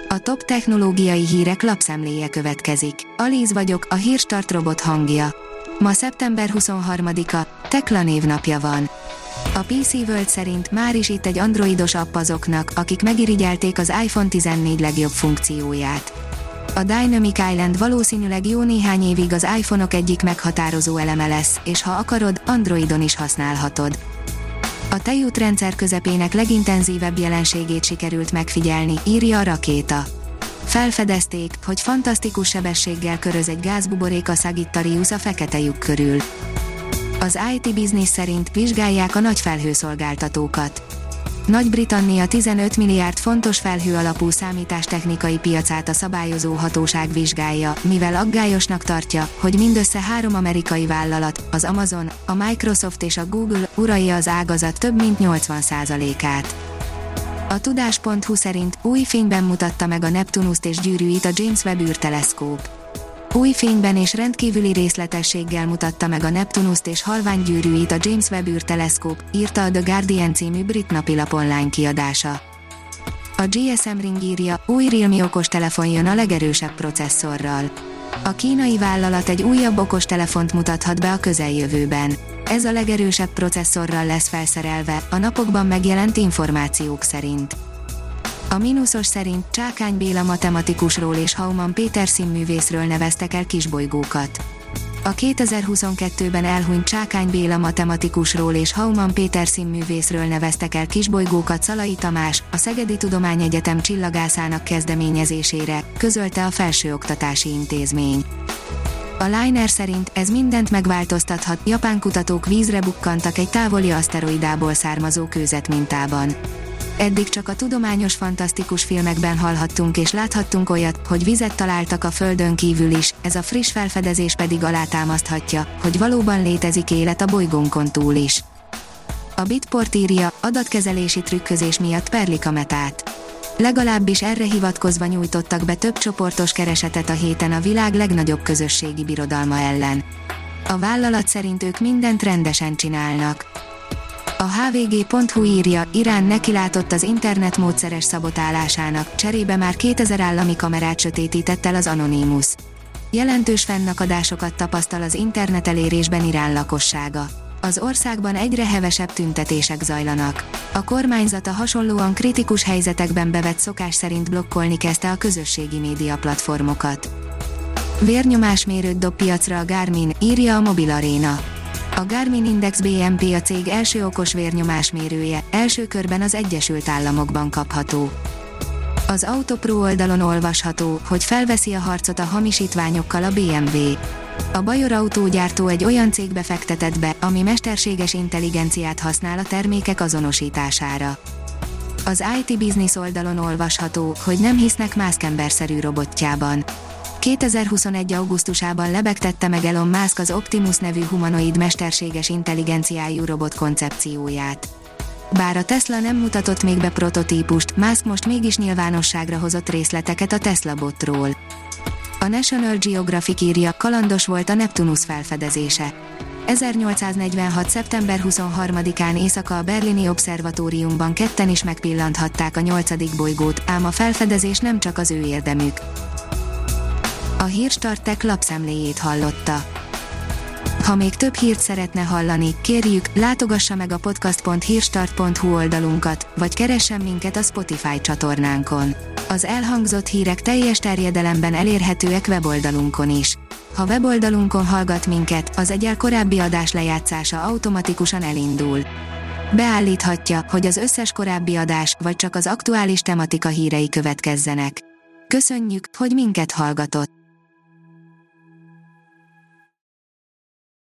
A top technológiai hírek lapszemléje következik. Alíz vagyok, a Hírstart robot hangja. Ma szeptember 23-a, Tekla névnapja van. A PC World szerint már is itt egy androidos app azoknak, akik megirigyelték az iPhone 14 legjobb funkcióját. A Dynamic Island valószínűleg jó néhány évig az iPhone-ok egyik meghatározó eleme lesz, és ha akarod, Androidon is használhatod. A tejútrendszer közepének legintenzívebb jelenségét sikerült megfigyelni, írja a Rakéta. Felfedezték, hogy fantasztikus sebességgel köröz egy gázbuborék a Sagittarius a fekete lyuk körül. Az IT Business szerint vizsgálják a nagy felhőszolgáltatókat. Nagy-Britannia 15 milliárd fontos felhő alapú számítástechnikai piacát a szabályozó hatóság vizsgálja, mivel aggályosnak tartja, hogy mindössze 3 amerikai vállalat, az Amazon, a Microsoft és a Google uralja az ágazat több mint 80%-át. A tudás.hu szerint új fényben mutatta meg a Neptunust és gyűrűit a James Webb űrteleszkóp. Új fényben és rendkívüli részletességgel mutatta meg a Neptunust és halvány gyűrűit a James Webb űrteleszkóp, írta a The Guardian című brit napilap online kiadása. A GSM Ring írja, új Realme okostelefon jön a legerősebb processzorral. A kínai vállalat egy újabb okostelefont mutathat be a közeljövőben. Ez a legerősebb processzorral lesz felszerelve, a napokban megjelent információk szerint. A Minusos szerint Csákány Béla matematikusról és Hauman Péter színművészről neveztek el kisbolygókat. A 2022-ben elhunyt Csákány Béla matematikusról és Hauman Péter színművészről neveztek el kisbolygókat Szalai Tamás, a Szegedi Tudományegyetem csillagászának kezdeményezésére, közölte a Felsőoktatási Intézmény. A Liner szerint ez mindent megváltoztathat, japán kutatók vízre bukkantak egy távoli aszteroidából származó kőzetmintában. Eddig csak a tudományos fantasztikus filmekben hallhattunk és láthattunk olyat, hogy vizet találtak a Földön kívül is, ez a friss felfedezés pedig alátámaszthatja, hogy valóban létezik élet a bolygónkon túl is. A Bitport írja, adatkezelési trükközés miatt perlik a Metát. Legalábbis erre hivatkozva nyújtottak be több csoportos keresetet a héten a világ legnagyobb közösségi birodalma ellen. A vállalat szerint ők mindent rendesen csinálnak. A hvg.hu írja, Irán nekilátott az internet módszeres szabotálásának, cserébe már 2000 állami kamerát sötétített el az Anonymous. Jelentős fennakadásokat tapasztal az internet elérésben Irán lakossága. Az országban egyre hevesebb tüntetések zajlanak. A kormányzat a hasonlóan kritikus helyzetekben bevett szokás szerint blokkolni kezdte a közösségi média platformokat. Vérnyomásmérőt dob piacra a Garmin, írja a Mobil Arena. A Garmin Index BMP a cég első okos vérnyomásmérője, első körben az Egyesült Államokban kapható. Az Autopro oldalon olvasható, hogy felveszi a harcot a hamisítványokkal a BMW. A bajor autógyártó egy olyan cégbe fektetett be, ami mesterséges intelligenciát használ a termékek azonosítására. Az IT Business oldalon olvasható, hogy nem hisznek Musk emberszerű robotjában. 2021. augusztusában lebegtette meg Elon Musk az Optimus nevű humanoid mesterséges intelligenciájú robot koncepcióját. Bár a Tesla nem mutatott még be prototípust, Musk most mégis nyilvánosságra hozott részleteket a Tesla botról. A National Geographic írja, kalandos volt a Neptunus felfedezése. 1846. szeptember 23-án éjszaka a berlini obszervatóriumban ketten is megpillanthatták a 8. bolygót, ám a felfedezés nem csak az ő érdemük. A Hírstart Tech lapszemléjét hallotta. Ha még több hírt szeretne hallani, kérjük, látogassa meg a podcast.hírstart.hu oldalunkat, vagy keressen minket a Spotify csatornánkon. Az elhangzott hírek teljes terjedelemben elérhetőek weboldalunkon is. Ha weboldalunkon hallgat minket, az egyel korábbi adás lejátszása automatikusan elindul. Beállíthatja, hogy az összes korábbi adás, vagy csak az aktuális tematika hírei következzenek. Köszönjük, hogy minket hallgatott!